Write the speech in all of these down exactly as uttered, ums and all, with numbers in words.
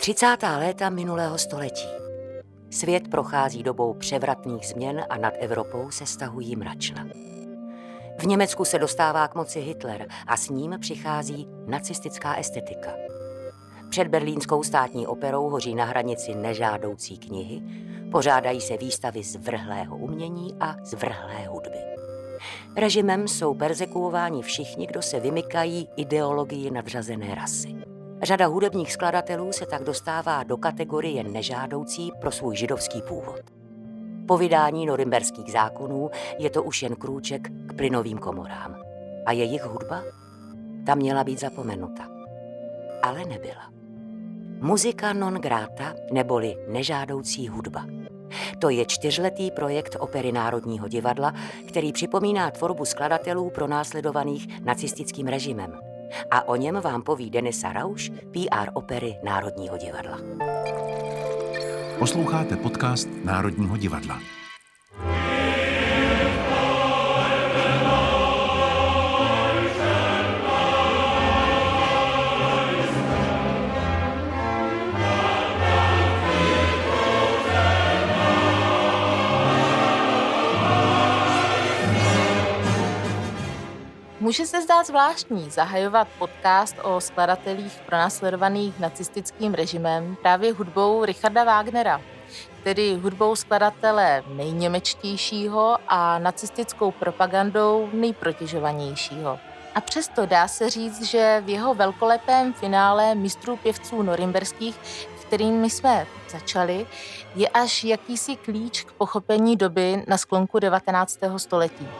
třicátá léta minulého století. Svět prochází dobou převratných změn a nad Evropou se stahují mračna. V Německu se dostává k moci Hitler a s ním přichází nacistická estetika. Před berlínskou státní operou hoří na hranici nežádoucí knihy, pořádají se výstavy zvrhlého umění a zvrhlé hudby. Režimem jsou perzekuováni všichni, kdo se vymykají ideologii nadřazené rasy. Řada hudebních skladatelů se tak dostává do kategorie nežádoucí pro svůj židovský původ. Po vydání norimberských zákonů je to už jen krůček k plynovým komorám. A jejich hudba? Ta měla být zapomenuta. Ale nebyla. Musica non grata, neboli nežádoucí hudba. To je čtyřletý projekt Opery Národního divadla, který připomíná tvorbu skladatelů pronásledovaných nacistickým režimem. A o něm vám poví Denisa Rausch, P R Opery Národního divadla. Posloucháte podcast Národního divadla. Může se zdát zvláštní zahajovat podcast o skladatelích pronásledovaných nacistickým režimem právě hudbou Richarda Wagnera, tedy hudbou skladatele nejněmečtějšího a nacistickou propagandou nejprotěžovanějšího. A přesto dá se říct, že v jeho velkolepém finále mistrů pěvců norimberských, kterými jsme začali, je až jakýsi klíč k pochopení doby na sklonku devatenáctého století.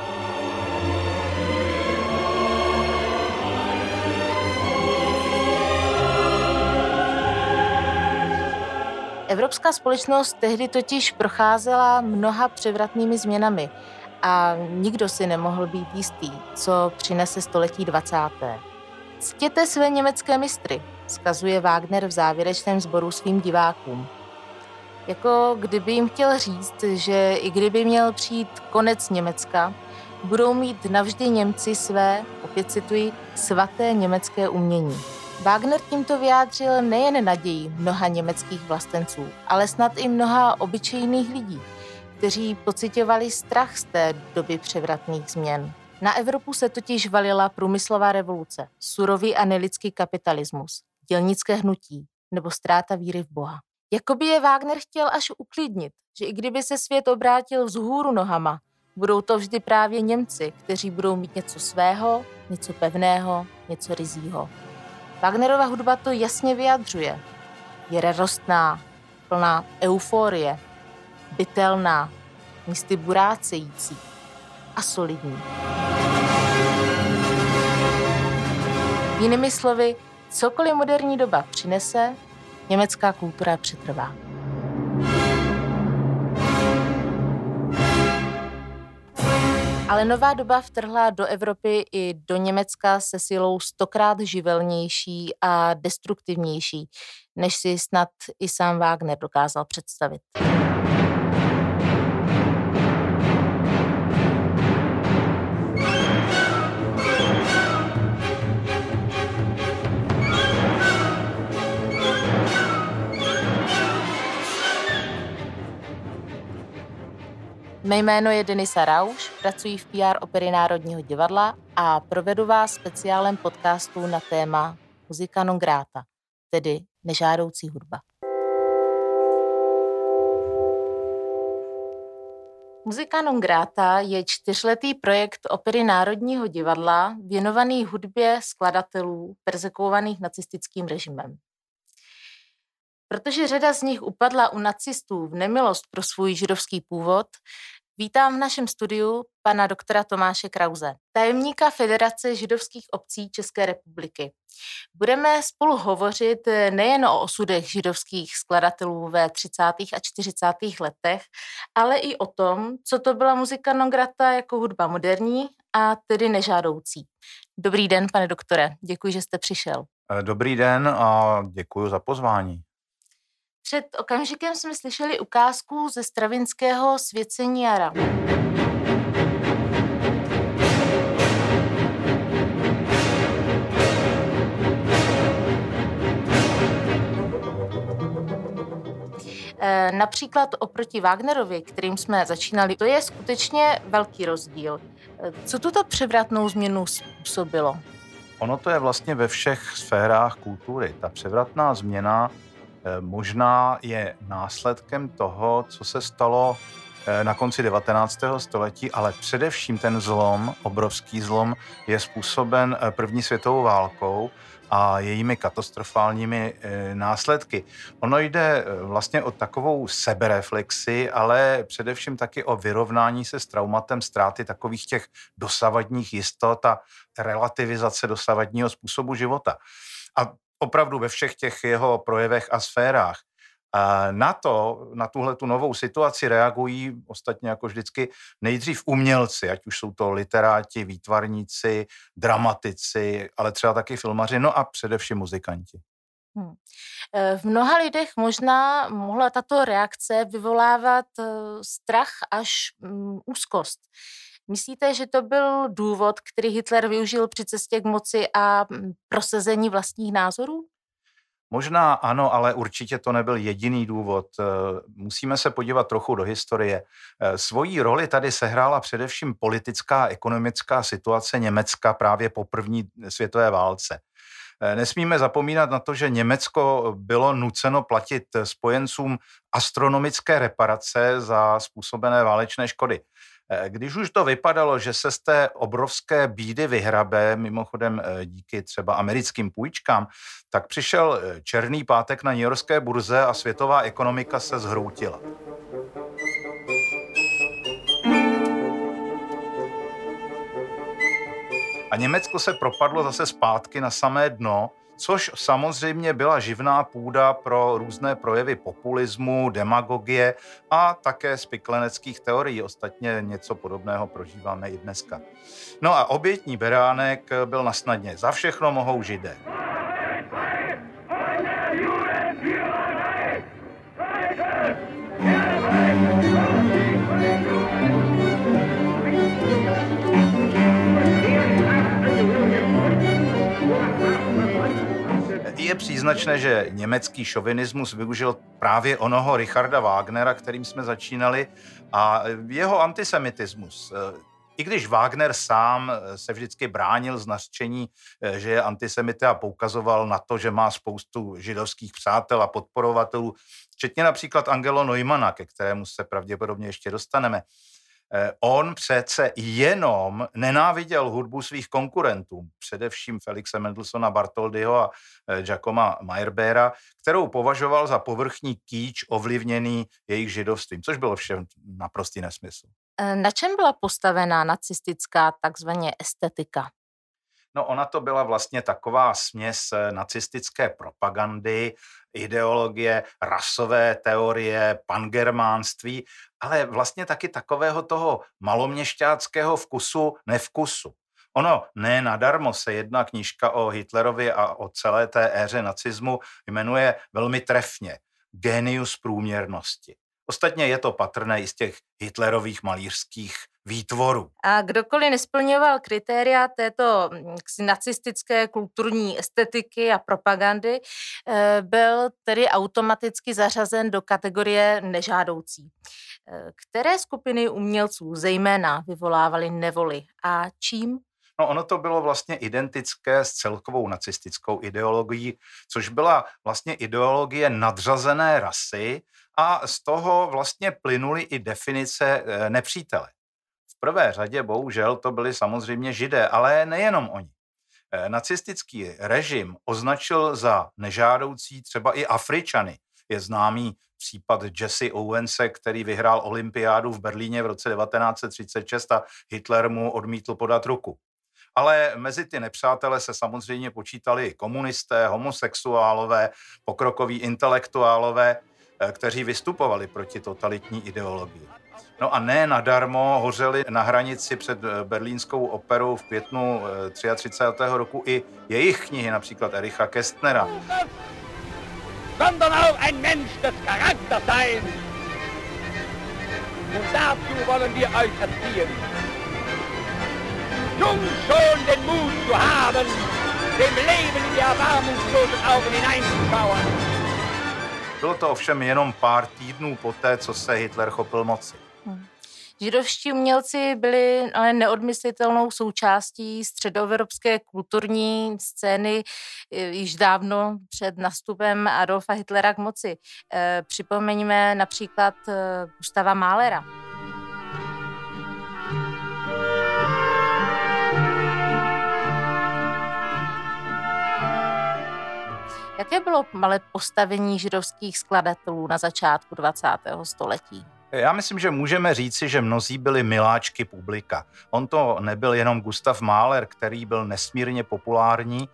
Evropská společnost tehdy totiž procházela mnoha převratnými změnami a nikdo si nemohl být jistý, co přinese století dvacáté. Ctěte své německé mistry, vzkazuje Wagner v závěrečném sboru svým divákům. Jako kdyby jim chtěl říct, že i kdyby měl přijít konec Německa, budou mít navždy Němci své, opět cituji, svaté německé umění. Wagner tímto vyjádřil nejen naději mnoha německých vlastenců, ale snad i mnoha obyčejných lidí, kteří pociťovali strach z té doby převratných změn. Na Evropu se totiž valila průmyslová revoluce, surový a nelidský kapitalismus, dělnické hnutí nebo ztráta víry v Boha. Jakoby je Wagner chtěl až uklidnit, že i kdyby se svět obrátil vzhůru nohama, budou to vždy právě Němci, kteří budou mít něco svého, něco pevného, něco ryzího. Wagnerova hudba to jasně vyjadřuje. Je radostná, plná euforie, bytelná, místy burácející a solidní. Jinými slovy, cokoliv moderní doba přinese, německá kultura přetrvá. Ale nová doba vtrhla do Evropy i do Německa se silou stokrát živelnější a destruktivnější, než si snad i sám Wagner dokázal představit. Mé jméno je Denisa Rausch, pracuji v P R Opery Národního divadla a provedu vás speciálem podcastu na téma Musica non grata, tedy nežádoucí hudba. Musica non grata je čtyřletý projekt Opery Národního divadla věnovaný hudbě skladatelů perzekuovaných nacistickým režimem. Protože řada z nich upadla u nacistů v nemilost pro svůj židovský původ, vítám v našem studiu pana doktora Tomáše Krause, tajemníka Federace židovských obcí České republiky. Budeme spolu hovořit nejen o osudech židovských skladatelů ve třicátých a čtyřicátých letech, ale i o tom, co to byla musica non grata jako hudba moderní a tedy nežádoucí. Dobrý den, pane doktore, děkuji, že jste přišel. Dobrý den a děkuji za pozvání. Před okamžikem jsme slyšeli ukázku ze stravinského Svěcení jara. Například oproti Wagnerovi, kterým jsme začínali, to je skutečně velký rozdíl. Co tuto převratnou změnu způsobilo? Ono to je vlastně ve všech sférách kultury. Ta převratná změna možná je následkem toho, co se stalo na konci devatenáctého století, ale především ten zlom, obrovský zlom, je způsoben první světovou válkou a jejími katastrofálními následky. Ono jde vlastně o takovou sebereflexi, ale především taky o vyrovnání se s traumatem ztráty takových těch dosavadních jistot a relativizace dosavadního způsobu života. A opravdu ve všech těch jeho projevech a sférách. Na to, na tuhle tu novou situaci reagují ostatně jako vždycky nejdřív umělci, ať už jsou to literáti, výtvarníci, dramatici, ale třeba taky filmaři, no a především muzikanti. Hmm. V mnoha lidech možná mohla tato reakce vyvolávat strach až úzkost. Myslíte, že to byl důvod, který Hitler využil při cestě k moci a prosazení vlastních názorů? Možná ano, ale určitě to nebyl jediný důvod. Musíme se podívat trochu do historie. Svojí roli tady sehrála především politická a ekonomická situace Německa právě po první světové válce. Nesmíme zapomínat na to, že Německo bylo nuceno platit spojencům astronomické reparace za způsobené válečné škody. Když už to vypadalo, že se z té obrovské bídy vyhrabe, mimochodem díky třeba americkým půjčkám, tak přišel černý pátek na newyorské burze a světová ekonomika se zhroutila. A Německo se propadlo zase zpátky na samé dno, což samozřejmě byla živná půda pro různé projevy populismu, demagogie a také spikleneckých teorií. Ostatně něco podobného prožíváme i dneska. No a obětní beránek byl nasnadě. Za všechno mohou Židé. Je příznačné, že německý šovinismus využil právě onoho Richarda Wagnera, kterým jsme začínali, a jeho antisemitismus. I když Wagner sám se vždycky bránil z nařčení, že je antisemita a poukazoval na to, že má spoustu židovských přátel a podporovatelů, včetně například Angelo Neumanna, ke kterému se pravděpodobně ještě dostaneme. On přece jenom nenáviděl hudbu svých konkurentů, především Felixe Mendelssohna Bartholdyho a Giacoma Meyerbeera, kterou považoval za povrchní kýč ovlivněný jejich židovstvím, což bylo všem naprostý nesmysl. Na čem byla postavená nacistická takzvaně estetika? No ona to byla vlastně taková směs nacistické propagandy, ideologie, rasové teorie, pangermánství, ale vlastně taky takového toho maloměšťáckého vkusu nevkusu. Ono ne nadarmo se jedna knížka o Hitlerovi a o celé té éře nacismu jmenuje velmi trefně Génius průměrnosti. Ostatně je to patrné i z těch Hitlerových malířských výtvorů. A kdokoliv nesplňoval kritéria této nacistické kulturní estetiky a propagandy, byl tedy automaticky zařazen do kategorie nežádoucí. Které skupiny umělců zejména vyvolávaly nevoli a čím? No ono to bylo vlastně identické s celkovou nacistickou ideologií, což byla vlastně ideologie nadřazené rasy a z toho vlastně plynuly i definice nepřítele. V prvé řadě bohužel to byli samozřejmě Židé, ale nejenom oni. Nacistický režim označil za nežádoucí třeba i Afričany. Je známý případ Jesse Owense, který vyhrál olympiádu v Berlíně v roce devatenáct set třicet šest a Hitler mu odmítl podat ruku. Ale mezi ty nepřátele se samozřejmě počítali komunisté, homosexuálové, pokrokoví intelektuálové, kteří vystupovali proti totalitní ideologii. No a ne nadarmo hořeli na hranici před berlínskou operou v květnu třicátého třetího roku i jejich knihy, například Ericha Kästnera. Sondern auch ein Mensch des Charakters sein. Und dazu wollen wir euch erziehen. Jung schon den Mut zu haben, dem Leben in die erbarmungslosen Augen hineinzuschauen. Bylo to ovšem jenom pár týdnů poté, co se Hitler chopil moci. Hmm. Židovští umělci byli ale neodmyslitelnou součástí středoevropské kulturní scény již dávno před nastupem Adolfa Hitlera k moci. E, připomeňme například Gustava Mahlera. Jaké bylo malé postavení židovských skladatelů na začátku dvacátého století? Já myslím, že můžeme říci, že mnozí byli miláčky publika. On to nebyl jenom Gustav Mahler, který byl nesmírně populární,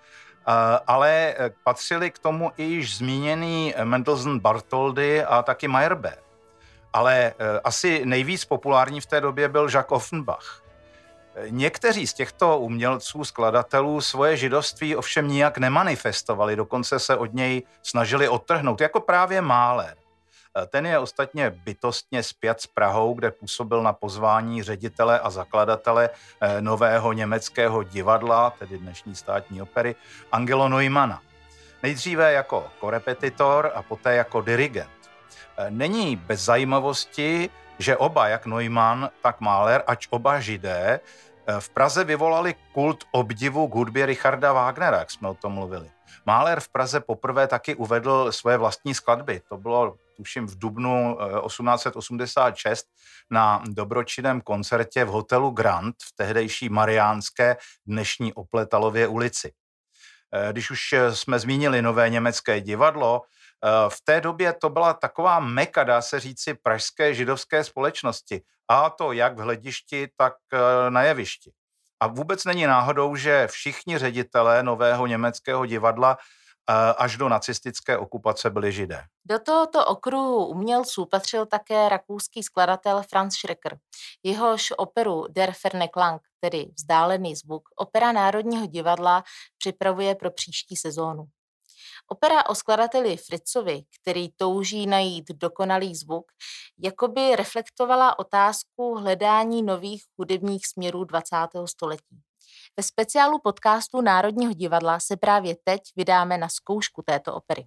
ale patřili k tomu i již zmíněný Mendelssohn Bartholdy a taky Meyerbeer. Ale asi nejvíc populární v té době byl Jacques Offenbach. Někteří z těchto umělců, skladatelů svoje židovství ovšem nijak nemanifestovali, dokonce se od něj snažili odtrhnout, jako právě Mahler. Ten je ostatně bytostně spjat s Prahou, kde působil na pozvání ředitele a zakladatele nového německého divadla, tedy dnešní státní opery, Angelo Neumanna. Nejdříve jako korepetitor a poté jako dirigent. Není bez zajímavosti, že oba, jak Neumann, tak Mahler, ač oba Židé, v Praze vyvolali kult obdivu k hudbě Richarda Wagnera, jak jsme o tom mluvili. Mahler v Praze poprvé taky uvedl svoje vlastní skladby. To bylo, tuším, v dubnu osmnáct set osmdesát šest na dobročinném koncertě v hotelu Grand v tehdejší Mariánské, dnešní Opletalově ulici. Když už jsme zmínili nové německé divadlo, v té době to byla taková meka, dá se říci, pražské židovské společnosti. A to jak v hledišti, tak na jevišti. A vůbec není náhodou, že všichni ředitelé nového německého divadla až do nacistické okupace byli Židé. Do tohoto okruhu umělců patřil také rakouský skladatel Franz Schrecker. Jehož operu Der ferne Klang, tedy Vzdálený zvuk, Opera Národního divadla připravuje pro příští sezónu. Opera o skladateli Fritzovi, který touží najít dokonalý zvuk, jakoby reflektovala otázku hledání nových hudebních směrů dvacátého století. Ve speciálu podcastu Národního divadla se právě teď vydáme na zkoušku této opery.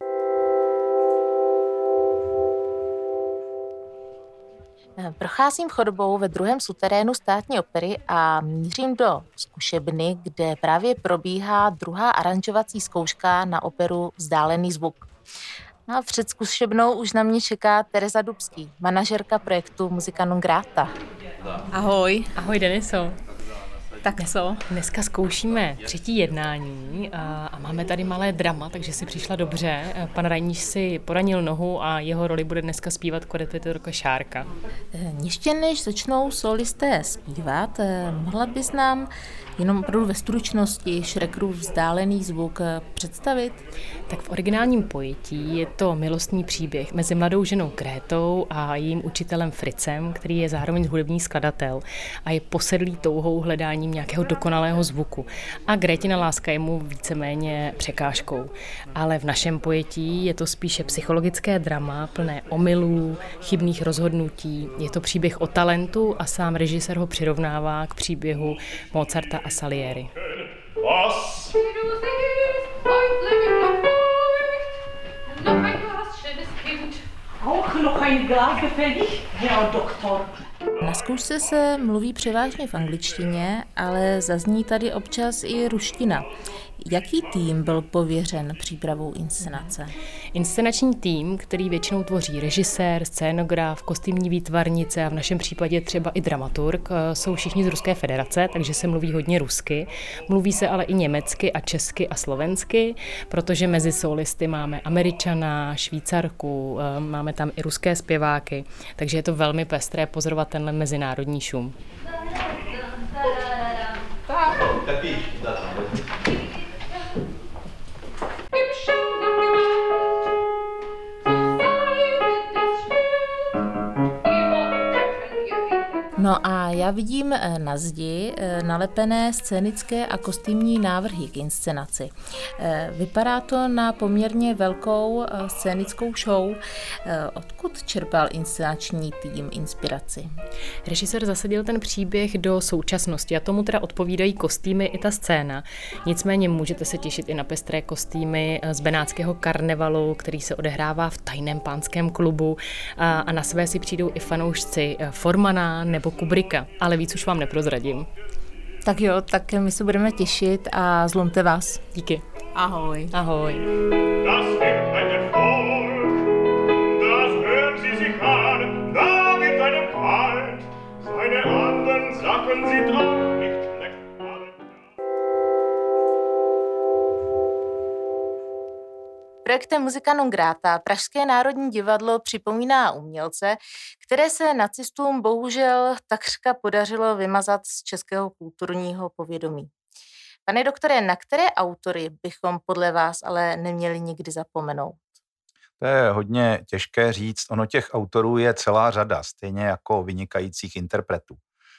Procházím chodbou ve druhém suterénu státní opery a mířím do zkušebny, kde právě probíhá druhá aranžovací zkouška na operu Vzdálený zvuk. A před zkušebnou už na mě čeká Tereza Dubský, manažerka projektu Musica non grata. Ahoj. Ahoj, Deniso. Tak co? Dneska zkoušíme třetí jednání a, a máme tady malé drama, takže si přišla dobře. Pan Rajníš si poranil nohu a jeho roli bude dneska zpívat korepetitorka Šárka. Ještě než začnou solisté zpívat, mohla bys nám jenom opravdu ve stručnosti Schreckerův Vzdálený zvuk představit? Tak v originálním pojetí je to milostný příběh mezi mladou ženou Krétou a jejím učitelem Fritzem, který je zároveň hudební skladatel a je posedlý touhou hledáním nějakého dokonalého zvuku. A Grétina láska je mu víceméně překážkou. Ale v našem pojetí je to spíše psychologické drama, plné omylů, chybných rozhodnutí. Je to příběh o talentu a sám režisér ho přirovnává k příběhu Mozarta a Salieri. Was? Auch noch ein Glas gefällig, Herr Doktor. Na zkoušce se mluví převážně v angličtině, ale zazní tady občas i ruština. Jaký tým byl pověřen přípravou inscenace? Inscenační tým, který většinou tvoří režisér, scénograf, kostýmní výtvarnice a v našem případě třeba i dramaturg, jsou všichni z Ruské federace, takže se mluví hodně rusky. Mluví se ale i německy a česky a slovensky, protože mezi solisty máme Američana, Švýcarku, máme tam i ruské zpěváky, takže je to velmi pestré pozorovat tenhle mezinárodní šum. No a Já vidím na zdi nalepené scénické a kostýmní návrhy k inscenaci. Vypadá to na poměrně velkou scénickou show. Odkud čerpal inscenační tým inspiraci? Režisér zasadil ten příběh do současnosti a tomu teda odpovídají kostýmy i ta scéna. Nicméně můžete se těšit i na pestré kostýmy z benátského karnevalu, který se odehrává v tajném pánském klubu, a na své si přijdou i fanoušci Formana nebo Kubricka, ale víc už vám neprozradím. Tak jo, tak my se budeme těšit a zlomte vás. Díky. Ahoj. Ahoj. Das Wimperndet Volk, das hören Sie sich an, da wird einem kalt, seine anderen Sachen sind auch nicht schlecht. Projektem Musica non grata Pražské národní divadlo připomíná umělce, které se nacistům bohužel takřka podařilo vymazat z českého kulturního povědomí. Pane doktore, na které autory bychom podle vás ale neměli nikdy zapomenout? To je hodně těžké říct. Ono těch autorů je celá řada, stejně jako vynikajících interpretů.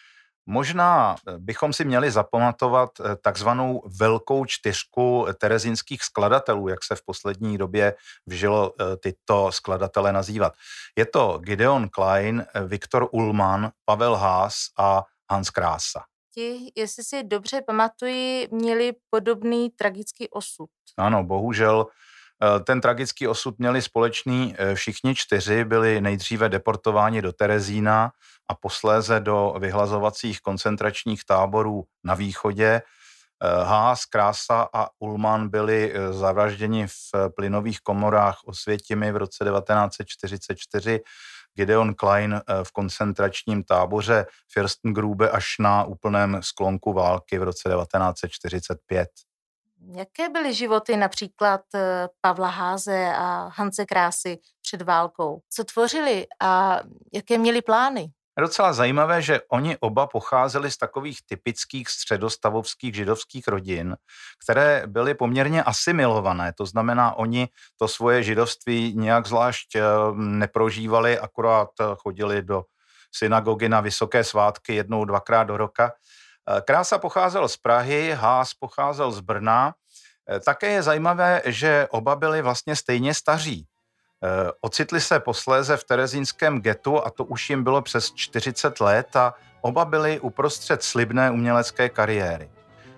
Možná bychom si měli zapamatovat takzvanou velkou čtyřku terezínských skladatelů, jak se v poslední době vžilo tyto skladatele nazývat. Je to Gideon Klein, Viktor Ullmann, Pavel Haas a Hans Krása. Ti, jestli si dobře pamatuji, měli podobný tragický osud. Ano, bohužel ten tragický osud měli společný všichni čtyři, byli nejdříve deportováni do Terezína a posléze do vyhlazovacích koncentračních táborů na východě. Haas, Krása a Ullmann byli zavražděni v plynových komorách Osvětimi v roce devatenáct set čtyřicet čtyři, Gideon Klein v koncentračním táboře Fürstengrube až na úplném sklonku války v roce devatenáct set čtyřicet pět. Jaké byly životy například Pavla Haase a Hanse Krásy před válkou? Co tvořili a jaké měli plány? Je docela zajímavé, že oni oba pocházeli z takových typických středostavovských židovských rodin, které byly poměrně asimilované. To znamená, oni to svoje židovství nějak zvlášť neprožívali, akorát chodili do synagogy na vysoké svátky jednou, dvakrát do roka. Krása pocházel z Prahy, Haas pocházel z Brna. Také je zajímavé, že oba byli vlastně stejně staří. Ocitli se posléze v terezínském ghettu a to už jim bylo přes čtyřicet let a oba byli uprostřed slibné umělecké kariéry.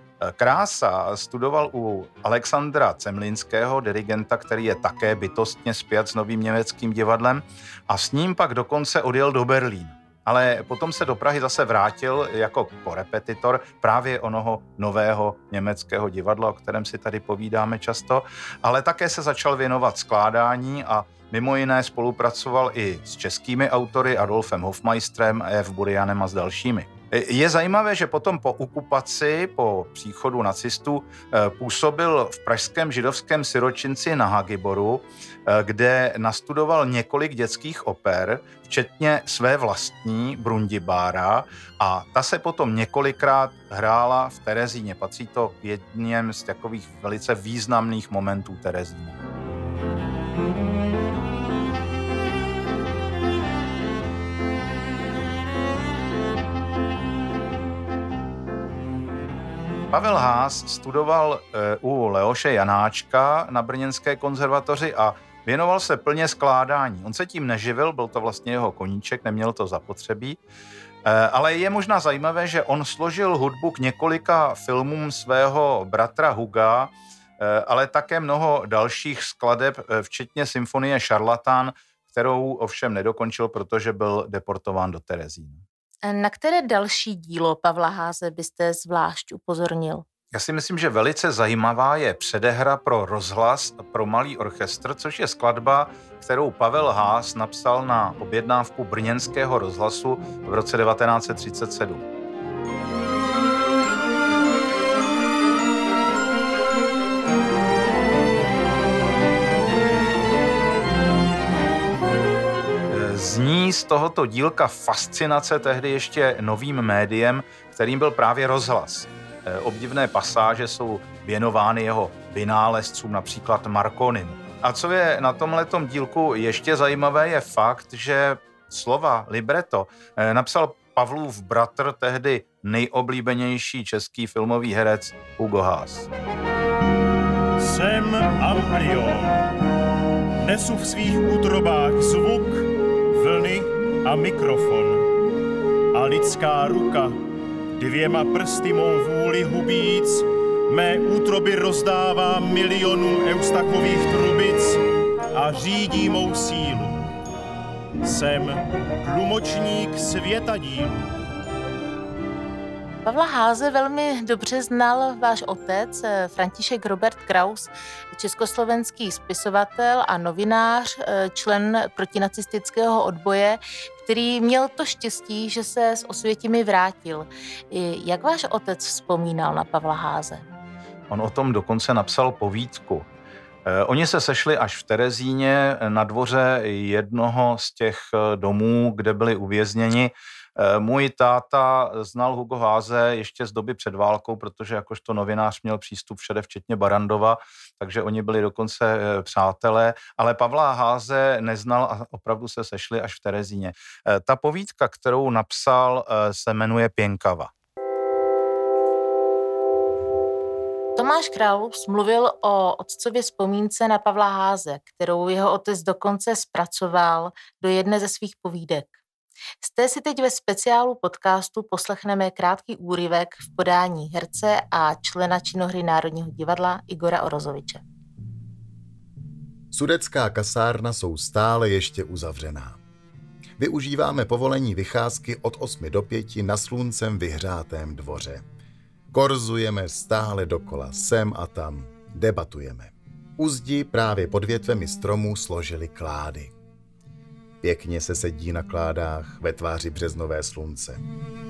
Krása studoval u Alexandra Cemlinského, dirigenta, který je také bytostně spjat s Novým německým divadlem, a s ním pak dokonce odjel do Berlína. Ale potom se do Prahy zase vrátil jako korepetitor právě onoho nového německého divadla, o kterém si tady povídáme často, ale také se začal věnovat skládání a mimo jiné spolupracoval i s českými autory Adolfem Hofmeistrem, F. Burianem a s dalšími. Je zajímavé, že potom po okupaci, po příchodu nacistů, působil v pražském židovském siročinci na Hagiboru, kde nastudoval několik dětských oper, včetně své vlastní Brundibára, a ta se potom několikrát hrála v Terezíně. Patří to k jedním z takových velice významných momentů Terezína. Pavel Haas studoval u Leoše Janáčka na brněnské konzervatoři a věnoval se plně skládání. On se tím neživil, byl to vlastně jeho koníček, neměl to zapotřebí, ale je možná zajímavé, že on složil hudbu k několika filmům svého bratra Huga, ale také mnoho dalších skladeb, včetně symfonie Šarlatán, kterou ovšem nedokončil, protože byl deportován do Terezína. Na které další dílo Pavla Haase byste zvlášť upozornil? Já si myslím, že velice zajímavá je předehra pro rozhlas pro malý orchestr, což je skladba, kterou Pavel Haas napsal na objednávku brněnského rozhlasu v roce devatenáct set třicet sedm. Zní z tohoto dílka fascinace tehdy ještě novým médiem, kterým byl právě rozhlas. Obdivné pasáže jsou věnovány jeho vynálezcům, například Marconimu. A co je na tomhletom dílku ještě zajímavé, je fakt, že slova libretto napsal Pavlův bratr, tehdy nejoblíbenější český filmový herec Hugo Haas. Jsem Amplion. Nesu v svých útrobách zvuk, vlny a mikrofon. A lidská ruka dvěma prsty mou vůli hubíc, mé útroby rozdává milionům eustachových trubic a řídí mou sílu. Jsem tlumočník světadílu. Pavla Haase velmi dobře znal váš otec, František Robert Kraus, československý spisovatel a novinář, člen protinacistického odboje, který měl to štěstí, že se z Osvětimi vrátil. Jak váš otec vzpomínal na Pavla Haase? On o tom dokonce napsal povídku. Oni se sešli až v Terezíně na dvoře jednoho z těch domů, kde byli uvězněni. Můj táta znal Hugo Haase ještě z doby před válkou, protože jakožto novinář měl přístup všade, včetně Barrandova, takže oni byli dokonce přátelé, ale Pavla Haase neznal a opravdu se sešli až v Terezíně. Ta povídka, kterou napsal, se jmenuje Pěnkava. Tomáš Kraus mluvil o otcově vzpomínce na Pavla Haase, kterou jeho otec dokonce zpracoval do jedné ze svých povídek. Z té si teď ve speciálu podcastu poslechneme krátký úryvek v podání herce a člena činohry Národního divadla Igora Orozoviče. Sudetská kasárna jsou stále ještě uzavřená. Využíváme povolení vycházky od osmi do pěti na sluncem vyhřátém dvoře. Korzujeme stále dokola, sem a tam, debatujeme. U zdi právě pod větvemi stromů složili klády. Pěkně se sedí na kládách ve tváři březnové slunce.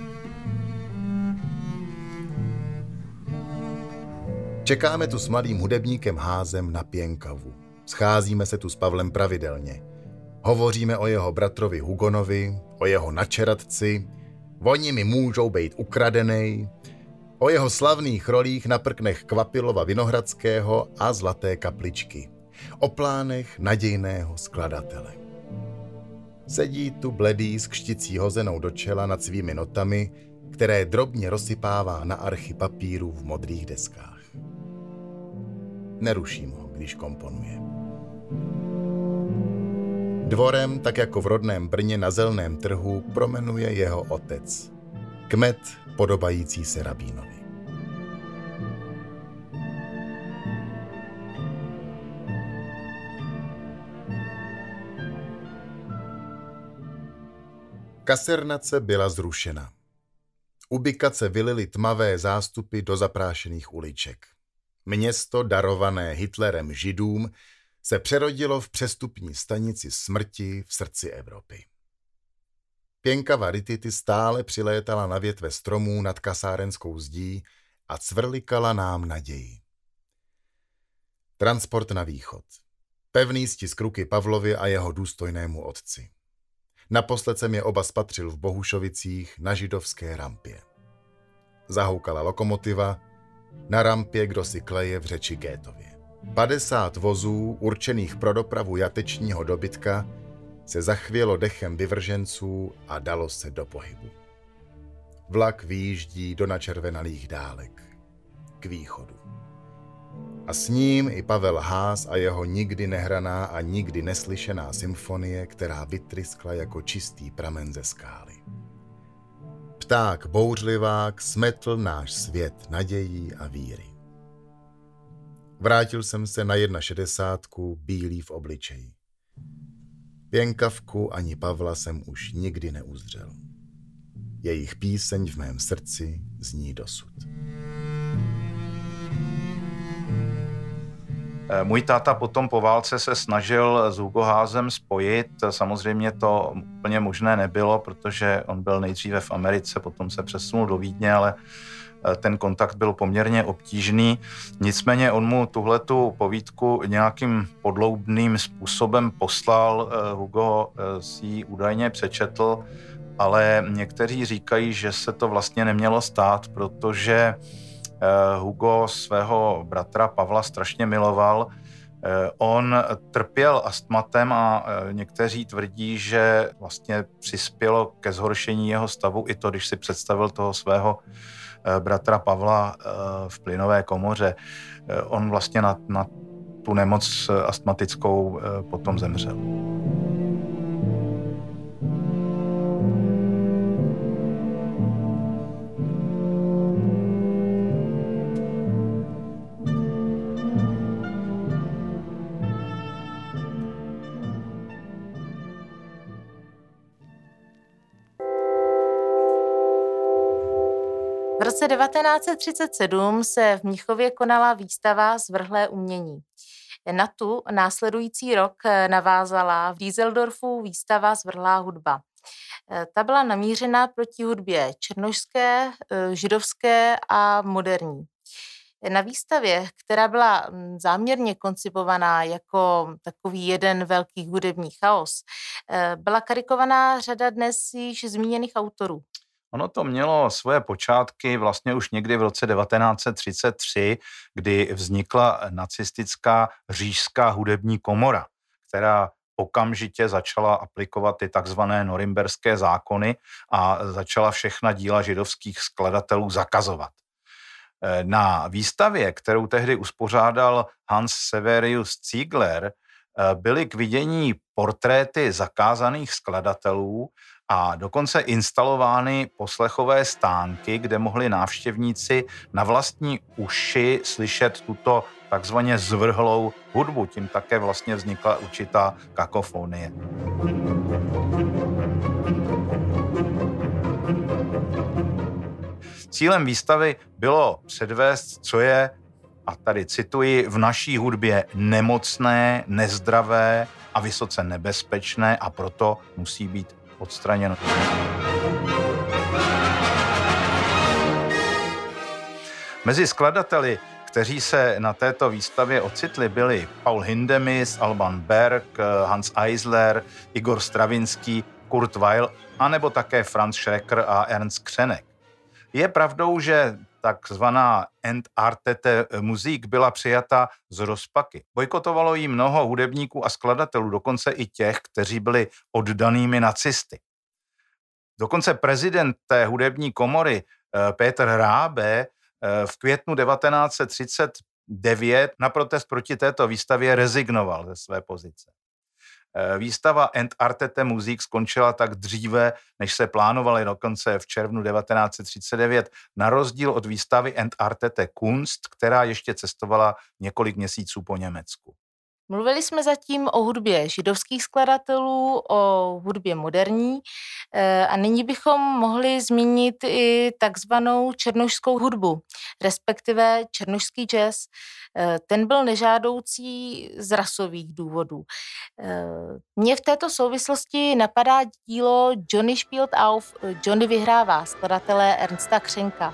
Čekáme tu s mladým hudebníkem Haasem na Pěnkavu. Scházíme se tu s Pavlem pravidelně. Hovoříme o jeho bratrovi Hugonovi, o jeho načeradci, oni mi můžou být ukradenej, o jeho slavných rolích na prknech Kvapilova Vinohradského a Zlaté kapličky, o plánech nadějného skladatele. Sedí tu bledý s kšticí hozenou do čela nad svými notami, které drobně rozsypává na archy papíru v modrých deskách. Neruším ho, když komponuje. Dvorem, tak jako v rodném Brně na Zelném trhu, promenuje jeho otec. Kmet podobající se rabínovi. Kasernace byla zrušena. Ubikace vylily tmavé zástupy do zaprášených uliček. Město, darované Hitlerem Židům, se přerodilo v přestupní stanici smrti v srdci Evropy. Pěnkava Ritity stále přilétala na větve stromů nad kasárenskou zdí a cvrlikala nám naději. Transport na východ. Pevný stisk ruky Pavlovi a jeho důstojnému otci. Naposled jsem je oba spatřil v Bohušovicích na židovské rampě. Zahoukala lokomotiva, na rampě kdosi kleje v řeči Gétově. Padesát vozů, určených pro dopravu jatečního dobytka, se zachvělo dechem vyvrženců a dalo se do pohybu. Vlak vyjíždí do načervenalých dálek, k východu. A s ním i Pavel Haas a jeho nikdy nehraná a nikdy neslyšená symfonie, která vytryskla jako čistý pramen ze skály. Pták bouřlivák smetl náš svět nadějí a víry. Vrátil jsem se na šedesátku bílý v obličeji. Pěnkavku ani Pavla jsem už nikdy neuzřel. Jejich píseň v mém srdci zní dosud. Můj táta potom po válce se snažil s Hugo Haasem spojit. Samozřejmě to úplně možné nebylo, protože on byl nejdříve v Americe, potom se přesunul do Vídně, ale ten kontakt byl poměrně obtížný. Nicméně on mu tuhletu povídku nějakým podloudným způsobem poslal. Hugo si ji údajně přečetl, ale někteří říkají, že se to vlastně nemělo stát, protože Hugo svého bratra Pavla strašně miloval. On trpěl astmatem a někteří tvrdí, že vlastně přispělo ke zhoršení jeho stavu i to, když si představil toho svého bratra Pavla v plynové komoře. On vlastně na, na tu nemoc astmatickou potom zemřel. V roce devatenáct set třicet sedm se v Mnichově konala výstava Zvrhlé umění. Na tu následující rok navázala v Dieseldorfu výstava Zvrhlá hudba. Ta byla namířena proti hudbě černošské, židovské a moderní. Na výstavě, která byla záměrně koncipovaná jako takový jeden velký hudební chaos, byla karikovaná řada dnes již zmíněných autorů. Ono to mělo svoje počátky vlastně už někdy v roce devatenáct set třicet tři, kdy vznikla nacistická říšská hudební komora, která okamžitě začala aplikovat ty takzvané norimberské zákony a začala všechna díla židovských skladatelů zakazovat. Na výstavě, kterou tehdy uspořádal Hans Severius Ziegler, byly k vidění portréty zakázaných skladatelů a dokonce instalovány poslechové stánky, kde mohli návštěvníci na vlastní uši slyšet tuto takzvaně zvrhlou hudbu. Tím také vlastně vznikla určitá kakofonie. Cílem výstavy bylo předvést, co je, a tady cituji, v naší hudbě nemocné, nezdravé a vysoce nebezpečné a proto musí být odstraněno. Mezi skladateli, kteří se na této výstavě ocitli, byli Paul Hindemith, Alban Berg, Hans Eisler, Igor Stravinský, Kurt Weill, anebo také Franz Schrecker a Ernst Křenek. Je pravdou, že takzvaná Entartete Musik byla přijata z rozpaky. Bojkotovalo jí mnoho hudebníků a skladatelů, dokonce i těch, kteří byli oddanými nacisty. Dokonce prezident té hudební komory Peter Rabe v květnu devatenáct set třicet devět na protest proti této výstavě rezignoval ze své pozice. Výstava Entartete Musik skončila tak dříve, než se plánovaly, dokonce v červnu devatenáct set třicet devět, na rozdíl od výstavy Entartete Kunst, která ještě cestovala několik měsíců po Německu. Mluvili jsme zatím o hudbě židovských skladatelů, o hudbě moderní a nyní bychom mohli zmínit i takzvanou černošskou hudbu, respektive černošský jazz. Ten byl nežádoucí z rasových důvodů. Mně v této souvislosti napadá dílo Johnny spielt auf, Johnny vyhrává, skladatele Ernsta Křenka.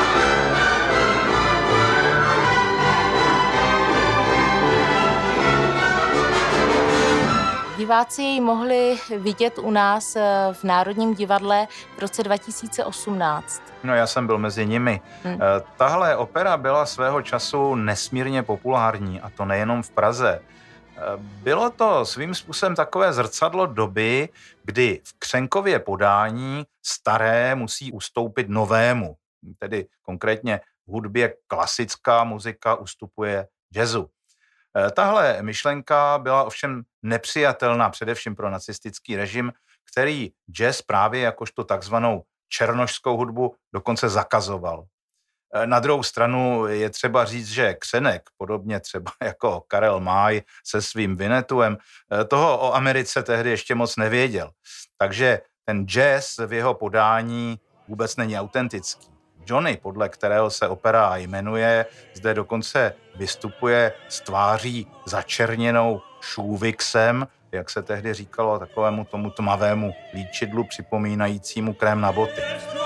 Diváci jej mohli vidět u nás v Národním divadle v roce dva tisíce osmnáct. No, já jsem byl mezi nimi. Hmm. Tahle opera byla svého času nesmírně populární, a to nejenom v Praze. Bylo to svým způsobem takové zrcadlo doby, kdy v Křenkově podání staré musí ustoupit novému. Tedy konkrétně v hudbě klasická muzika ustupuje jazzu. Tahle myšlenka byla ovšem nepřijatelná především pro nacistický režim, který jazz právě jakožto takzvanou černošskou hudbu dokonce zakazoval. Na druhou stranu je třeba říct, že Křenek, podobně třeba jako Karel May se svým Vinetuem, toho o Americe tehdy ještě moc nevěděl. Takže ten jazz v jeho podání vůbec není autentický. Johnny, podle kterého se opera jmenuje, zde dokonce vystupuje s tváří začerněnou šůvixem, jak se tehdy říkalo, takovému tomu tmavému líčidlu připomínajícímu krém na boty.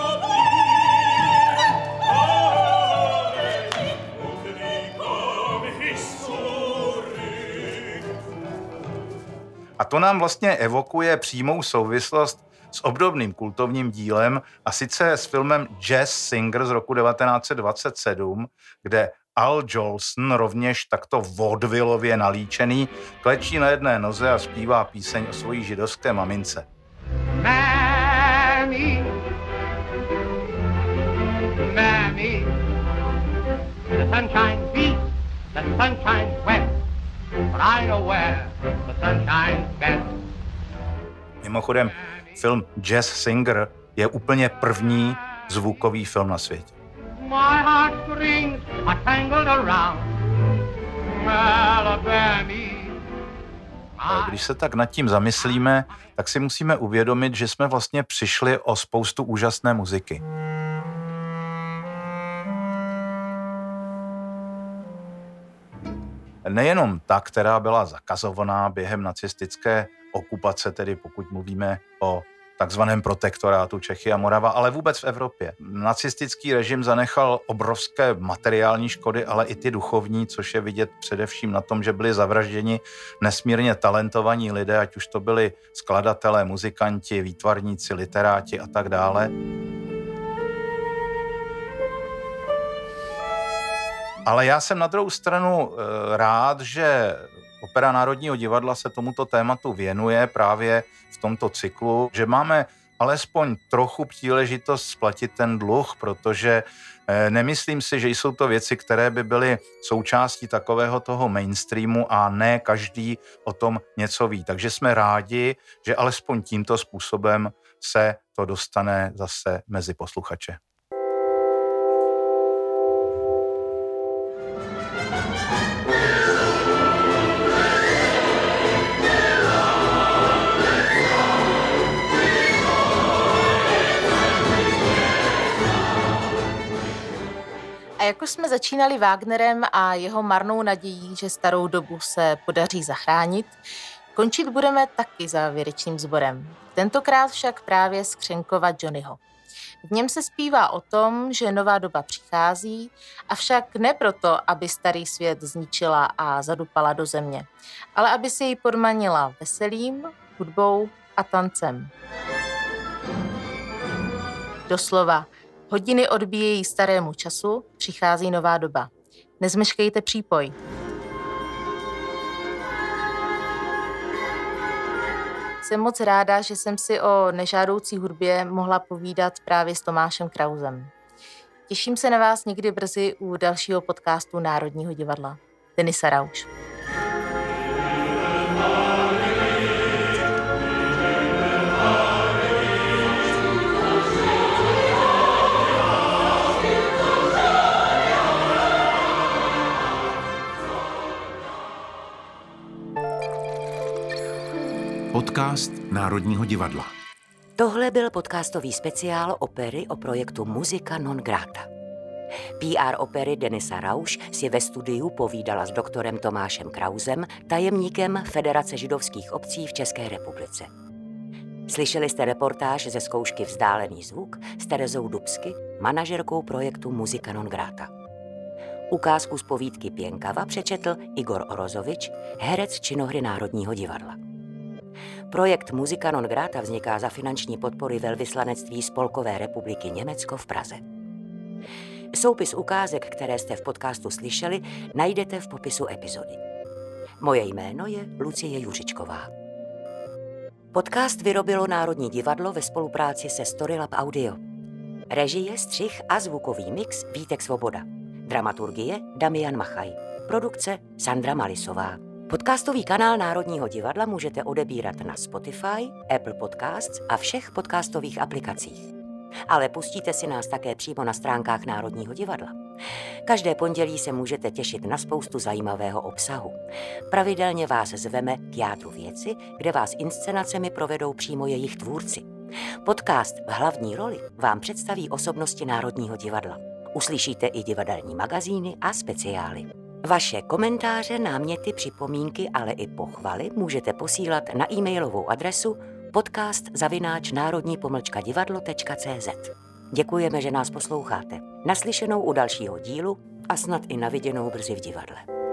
A to nám vlastně evokuje přímou souvislost s obdobným kultovním dílem, a sice s filmem Jazz Singer z roku devatenáct set dvacet sedm, kde Al Jolson, rovněž takto vaudevillově nalíčený, klečí na jedné noze a zpívá píseň o svojí židovské mamince. Mammy, Mammy, the sunshine beats, the sunshine wet, but I know where the sunshine's best. Mimochodem, film Jazz Singer je úplně první zvukový film na světě. My heartstrings are tangled around Alabama. Když se tak nad tím zamyslíme, tak si musíme uvědomit, že jsme vlastně přišli o spoustu úžasné muziky. Nejenom ta, která byla zakazovaná během nacistické okupace, tedy pokud mluvíme o takzvaném protektorátu Čechy a Morava, ale vůbec v Evropě. Nacistický režim zanechal obrovské materiální škody, ale i ty duchovní, což je vidět především na tom, že byli zavražděni nesmírně talentovaní lidé, ať už to byli skladatelé, muzikanti, výtvarníci, literáti a tak dále. Ale já jsem na druhou stranu rád, že Opera Národního divadla se tomuto tématu věnuje právě v tomto cyklu, že máme alespoň trochu příležitost splatit ten dluh, protože nemyslím si, že jsou to věci, které by byly součástí takového toho mainstreamu a ne každý o tom něco ví. Takže jsme rádi, že alespoň tímto způsobem se to dostane zase mezi posluchače. A jako jsme začínali Wagnerem a jeho marnou nadějí, že starou dobu se podaří zachránit, končit budeme taky závěrečným sborem. Tentokrát však právě z Křenkova Johnnyho. V něm se zpívá o tom, že nová doba přichází, avšak ne proto, aby starý svět zničila a zadupala do země, ale aby si ji podmanila veselím, hudbou a tancem. Doslova, hodiny odbíjejí starému času, přichází nová doba. Nezmeškejte přípoj. Jsem moc ráda, že jsem si o nežádoucí hudbě mohla povídat právě s Tomášem Krausem. Těším se na vás někdy brzy u dalšího podcastu Národního divadla. Denisa Rauš. Podcast Národního divadla. Tohle byl podcastový speciál opery o projektu Musica non grata. P R opery Denisa Rauš si ve studiu povídala s doktorem Tomášem Krausem, tajemníkem Federace židovských obcí v České republice. Slyšeli jste reportáž ze zkoušky Vzdálený zvuk s Terezou Dubsky, manažerkou projektu Musica non grata. Ukázku z povídky Pěnkava přečetl Igor Orozovič, herec činohry Národního divadla. Projekt Musica non grata vzniká za finanční podpory velvyslanectví Spolkové republiky Německo v Praze. Soupis ukázek, které jste v podcastu slyšeli, najdete v popisu epizody. Moje jméno je Lucie Juřičková. Podcast vyrobilo Národní divadlo ve spolupráci se Storylab Audio. Režie, střih a zvukový mix Vítek Svoboda. Dramaturgie Damian Machaj. Produkce Sandra Malisová. Podcastový kanál Národního divadla můžete odebírat na Spotify, Apple Podcasts a všech podcastových aplikacích. Ale pustíte si nás také přímo na stránkách Národního divadla. Každé pondělí se můžete těšit na spoustu zajímavého obsahu. Pravidelně vás zveme k jádru věci, kde vás inscenacemi provedou přímo jejich tvůrci. Podcast v hlavní roli vám představí osobnosti Národního divadla. Uslyšíte i divadelní magazíny a speciály. Vaše komentáře, náměty, připomínky, ale i pochvaly můžete posílat na e-mailovou adresu podcast zavináč národní pomlčka divadlo tečka cé zet. Děkujeme, že nás posloucháte. Naslyšenou u dalšího dílu a snad i na viděnou brzy v divadle.